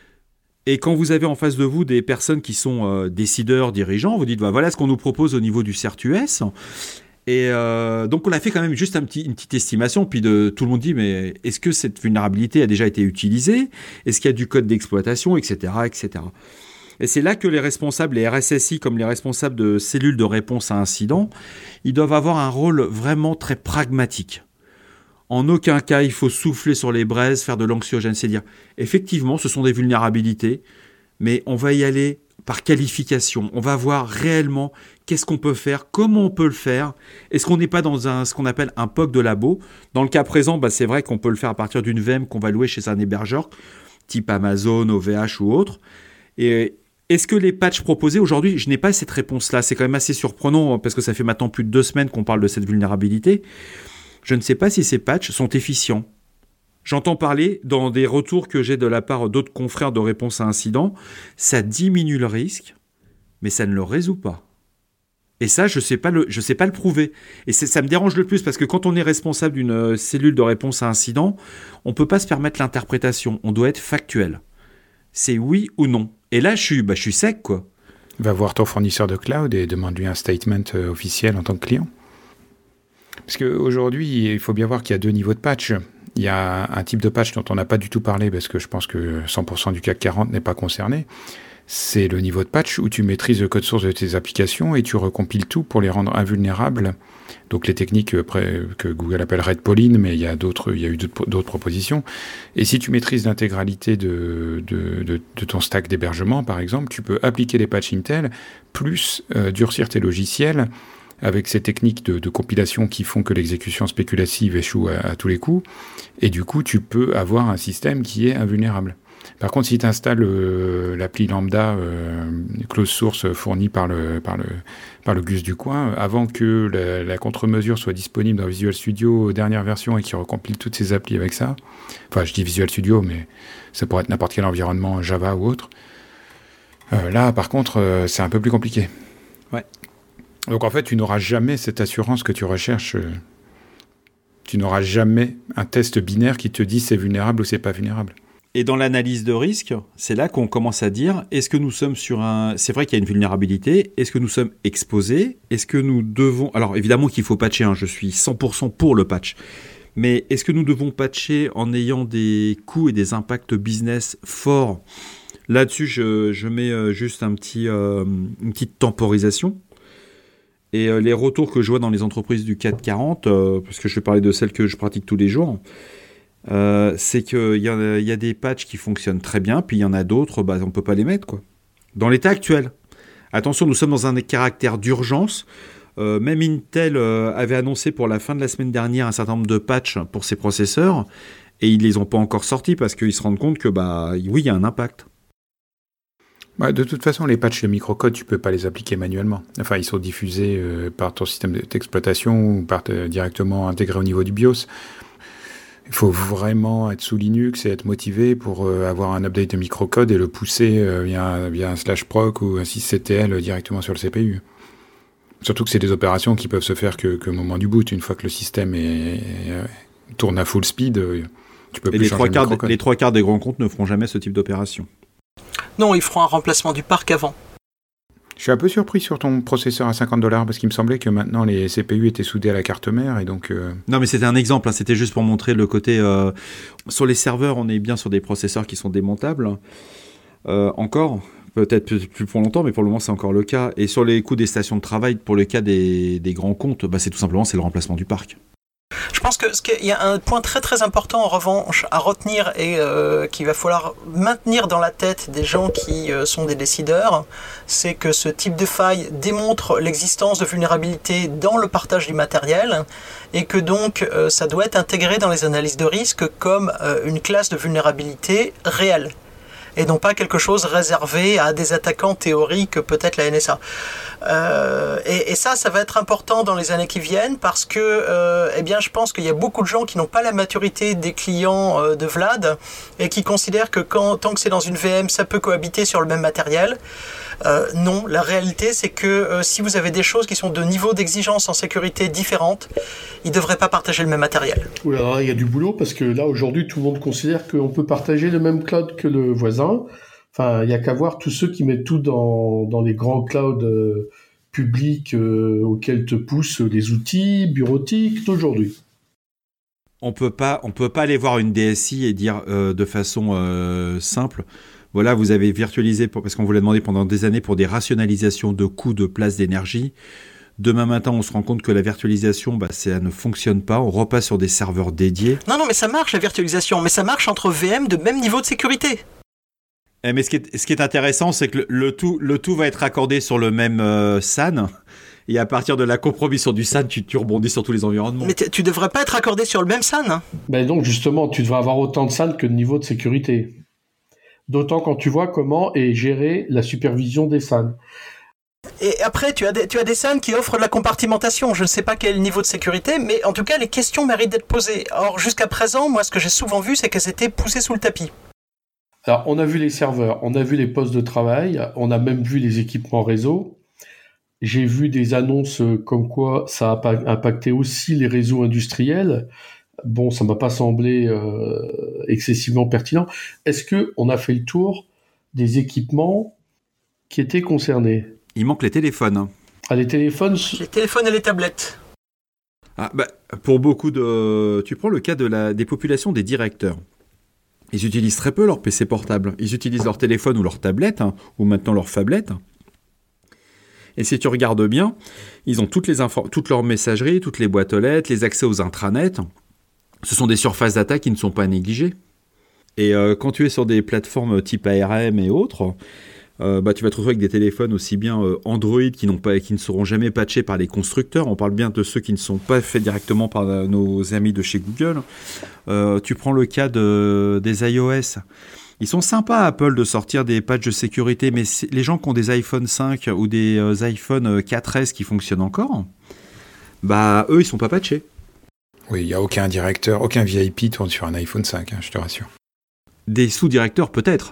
Et quand vous avez en face de vous des personnes qui sont euh, décideurs, dirigeants, vous dites bah, « voilà ce qu'on nous propose au niveau du CertUS ». Et euh, donc on a fait quand même juste un petit, une petite estimation, puis de, tout le monde dit mais est-ce que cette vulnérabilité a déjà été utilisée ? Est-ce qu'il y a du code d'exploitation, et cetera, et cetera. Et c'est là que les responsables, les R S S I comme les responsables de cellules de réponse à incidents, ils doivent avoir un rôle vraiment très pragmatique. En aucun cas il faut souffler sur les braises, faire de l'anxiogène, c'est dire effectivement ce sont des vulnérabilités, mais on va y aller par qualification, on va voir réellement qu'est-ce qu'on peut faire, comment on peut le faire, est-ce qu'on n'est pas dans un, ce qu'on appelle un P O C de labo. Dans le cas présent, bah, c'est vrai qu'on peut le faire à partir d'une V M qu'on va louer chez un hébergeur, type Amazon, O V H ou autre. Et est-ce que les patchs proposés aujourd'hui, je n'ai pas cette réponse-là, c'est quand même assez surprenant parce que ça fait maintenant plus de deux semaines qu'on parle de cette vulnérabilité. Je ne sais pas si ces patchs sont efficients. J'entends parler, dans des retours que j'ai de la part d'autres confrères de réponse à incidents, ça diminue le risque, mais ça ne le résout pas. Et ça, je ne sais pas le, je sais pas le prouver. Et c'est, ça me dérange le plus, parce que quand on est responsable d'une cellule de réponse à incident, on ne peut pas se permettre l'interprétation, on doit être factuel. C'est oui ou non. Et là, je suis, bah, je suis sec, quoi. Va voir ton fournisseur de cloud et demande-lui un statement euh, officiel en tant que client. Parce qu'aujourd'hui, il faut bien voir qu'il y a deux niveaux de patch. Il y a un type de patch dont on n'a pas du tout parlé parce que je pense que cent pour cent du C A C quarante n'est pas concerné. C'est le niveau de patch où tu maîtrises le code source de tes applications et tu recompiles tout pour les rendre invulnérables. Donc les techniques que Google appelle Red Pauline, mais il y a d'autres, il y a eu d'autres, d'autres propositions. Et si tu maîtrises l'intégralité de, de, de, de ton stack d'hébergement, par exemple, tu peux appliquer les patchs Intel, plus euh, durcir tes logiciels avec ces techniques de, de compilation qui font que l'exécution spéculative échoue à, à tous les coups. Et du coup, tu peux avoir un système qui est invulnérable. Par contre, si tu installes euh, l'appli lambda euh, close source fournie par le, par, le, par le Gus du coin, avant que la, la contre-mesure soit disponible dans Visual Studio dernière version et qu'il recompile toutes ces applis avec ça, enfin je dis Visual Studio, mais ça pourrait être n'importe quel environnement Java ou autre, euh, là par contre euh, c'est un peu plus compliqué. Ouais. Donc en fait tu n'auras jamais cette assurance que tu recherches, euh, tu n'auras jamais un test binaire qui te dit c'est vulnérable ou c'est pas vulnérable. Et dans l'analyse de risque, c'est là qu'on commence à dire, est-ce que nous sommes sur un... C'est vrai qu'il y a une vulnérabilité, est-ce que nous sommes exposés ? Est-ce que nous devons... Alors évidemment qu'il faut patcher, hein, je suis cent pour cent pour le patch. Mais est-ce que nous devons patcher en ayant des coûts et des impacts business forts ? Là-dessus, je, je mets juste un petit, euh, une petite temporisation. Et euh, les retours que je vois dans les entreprises du C A C quarante, euh, parce que je vais parler de celles que je pratique tous les jours... Euh, c'est qu'il y, a, y a des patchs qui fonctionnent très bien, puis il y en a d'autres, bah, on ne peut pas les mettre, quoi. Dans l'état actuel. Attention, nous sommes dans un caractère d'urgence. Euh, même Intel euh, avait annoncé pour la fin de la semaine dernière un certain nombre de patchs pour ses processeurs, et ils ne les ont pas encore sortis parce qu'ils se rendent compte que, bah, oui, il y a un impact. Bah, de toute façon, les patchs de microcode, tu ne peux pas les appliquer manuellement. Enfin, ils sont diffusés euh, par ton système d'exploitation ou par t- directement intégrés au niveau du BIOS. Il faut vraiment être sous Linux et être motivé pour euh, avoir un update de microcode et le pousser euh, via, via un slash proc ou un six C T L directement sur le C P U. Surtout que c'est des opérations qui peuvent se faire que, que au moment du boot. Une fois que le système est, est, euh, tourne à full speed, euh, tu peux et plus les changer trois le quarts, microcode. Les trois quarts des grands comptes ne feront jamais ce type d'opération. Non, ils feront un remplacement du parc avant. Je suis un peu surpris sur ton processeur à cinquante dollars parce qu'il me semblait que maintenant les C P U étaient soudés à la carte mère et donc... Euh... Non mais c'était un exemple, hein, c'était juste pour montrer le côté... Euh, sur les serveurs, on est bien sur des processeurs qui sont démontables. Euh, encore, peut-être plus pour longtemps, mais pour le moment c'est encore le cas. Et sur les coûts des stations de travail, pour le cas des, des grands comptes, bah, c'est tout simplement c'est le remplacement du parc. Je pense que ce qu'il y a un point très très important en revanche à retenir et euh, qu'il va falloir maintenir dans la tête des gens qui euh, sont des décideurs, c'est que ce type de faille démontre l'existence de vulnérabilités dans le partage du matériel et que donc euh, ça doit être intégré dans les analyses de risque comme euh, une classe de vulnérabilité réelle et non pas quelque chose réservé à des attaquants théoriques, peut-être la N S A. Euh, et, et ça, ça va être important dans les années qui viennent parce que, euh, eh bien, je pense qu'il y a beaucoup de gens qui n'ont pas la maturité des clients euh, de Vlad et qui considèrent que quand, tant que c'est dans une V M, ça peut cohabiter sur le même matériel. Euh, non, la réalité, c'est que euh, si vous avez des choses qui sont de niveau d'exigence en sécurité différentes, ils ne devraient pas partager le même matériel. Oula, il y a du boulot parce que là, aujourd'hui, tout le monde considère qu'on peut partager le même cloud que le voisin. Enfin, il n'y a qu'à voir tous ceux qui mettent tout dans, dans les grands clouds euh, publics euh, auxquels te poussent les outils bureautiques d'aujourd'hui. On peut pas, on peut pas aller voir une D S I et dire euh, de façon euh, simple, voilà, vous avez virtualisé, pour, parce qu'on vous l'a demandé pendant des années pour des rationalisations de coûts de place d'énergie. Demain matin, on se rend compte que la virtualisation, bah, ça ne fonctionne pas. On repasse sur des serveurs dédiés. Non, non, mais ça marche la virtualisation, mais ça marche entre V M de même niveau de sécurité. Eh, mais ce qui est, ce qui est intéressant, c'est que le, le, tout, le tout va être accordé sur le même euh, S A N. Et à partir de la compromission du S A N, tu, tu rebondis sur tous les environnements. Mais tu devrais pas être accordé sur le même S A N. Hein. Ben donc, justement, tu devrais avoir autant de S A N que de niveau de sécurité. D'autant quand tu vois comment est gérée la supervision des S A N. Et après, tu as des, tu as des S A N qui offrent de la compartimentation. Je ne sais pas quel niveau de sécurité, mais en tout cas, les questions méritent d'être posées. Or, jusqu'à présent, moi, ce que j'ai souvent vu, c'est qu'elles étaient poussées sous le tapis. Alors, on a vu les serveurs, on a vu les postes de travail, on a même vu les équipements réseau. J'ai vu des annonces comme quoi ça a impacté aussi les réseaux industriels. Bon, ça m'a pas semblé euh, excessivement pertinent. Est-ce que on a fait le tour des équipements qui étaient concernés. Il manque les téléphones. Ah, les téléphones. Les téléphones et les tablettes. Ah, bah, pour beaucoup de... Tu prends le cas de la... des populations des directeurs. Ils utilisent très peu leur P C portable. Ils utilisent leur téléphone ou leur tablette, hein, ou maintenant leur phablette. Et si tu regardes bien, ils ont toutes les infos, toutes leurs messageries, toutes les boîtes aux lettres, les accès aux intranets. Ce sont des surfaces d'attaque qui ne sont pas négligées. Et euh, quand tu es sur des plateformes type A R M et autres, euh, bah, tu vas te retrouver avec des téléphones aussi bien euh, Android qui, n'ont pas, qui ne seront jamais patchés par les constructeurs. On parle bien de ceux qui ne sont pas faits directement par euh, nos amis de chez Google. Euh, tu prends le cas de, des iOS. Ils sont sympas, Apple, de sortir des patchs de sécurité, mais les gens qui ont des iPhone cinq ou des euh, iPhone quatre S qui fonctionnent encore, bah eux, ils sont pas patchés. Oui, il n'y a aucun directeur, aucun V I P tourne sur un iPhone cinq, hein, je te rassure. Des sous-directeurs, peut-être.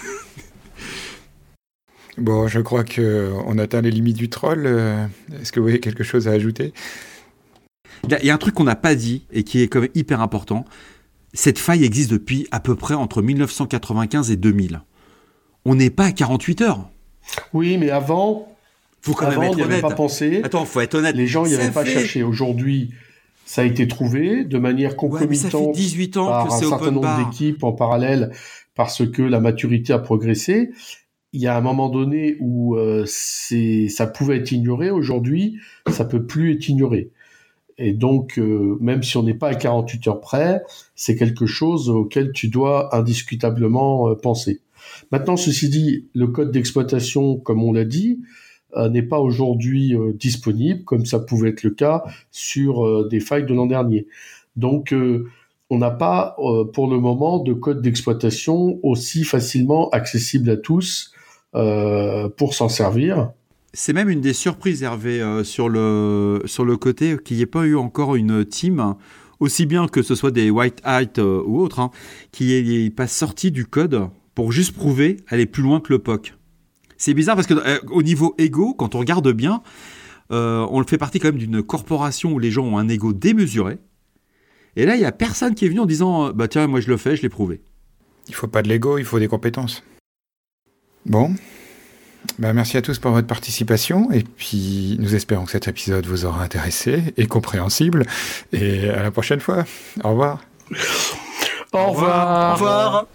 Bon, je crois qu'on atteint les limites du troll. Est-ce que vous avez quelque chose à ajouter ? Il y, y a un truc qu'on n'a pas dit et qui est quand même hyper important. Cette faille existe depuis à peu près entre mille neuf cent quatre-vingt-quinze et deux mille. On n'est pas à quarante-huit heures. Oui, mais avant, faut quand avant même être on n'y avait honnête. pas pensé. Attends, faut être honnête. Les gens n'y avaient pas fait... cherché. Aujourd'hui, ça a été trouvé de manière concomitante ouais, ça fait dix-huit ans par que c'est un certain open nombre bar. d'équipes en parallèle parce que la maturité a progressé. Il y a un moment donné où euh, c'est, ça pouvait être ignoré. Aujourd'hui, ça peut plus être ignoré. Et donc, euh, même si on n'est pas à quarante-huit heures près, c'est quelque chose auquel tu dois indiscutablement euh, penser. Maintenant, ceci dit, le code d'exploitation, comme on l'a dit, euh, n'est pas aujourd'hui euh, disponible, comme ça pouvait être le cas sur euh, des failles de l'an dernier. Donc, euh, on n'a pas, euh, pour le moment, de code d'exploitation aussi facilement accessible à tous euh, pour s'en servir. C'est même une des surprises, Hervé, euh, sur, le, sur le côté qu'il n'y ait pas eu encore une team, aussi bien que ce soit des White Hat euh, ou autres, hein, qui n'est pas sorti du code pour juste prouver aller plus loin que le P O C. C'est bizarre parce qu'au euh, niveau ego, quand on regarde bien, euh, on fait partie quand même d'une corporation où les gens ont un ego démesuré. Et là, il n'y a personne qui est venu en disant bah, « Tiens, moi je le fais, je l'ai prouvé ». Il ne faut pas de l'ego, il faut des compétences. Bon. Bah, merci à tous pour votre participation et puis nous espérons que cet épisode vous aura intéressé et compréhensible et à la prochaine fois. Au revoir. Au revoir. Au revoir.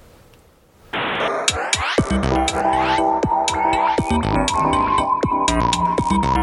Au revoir.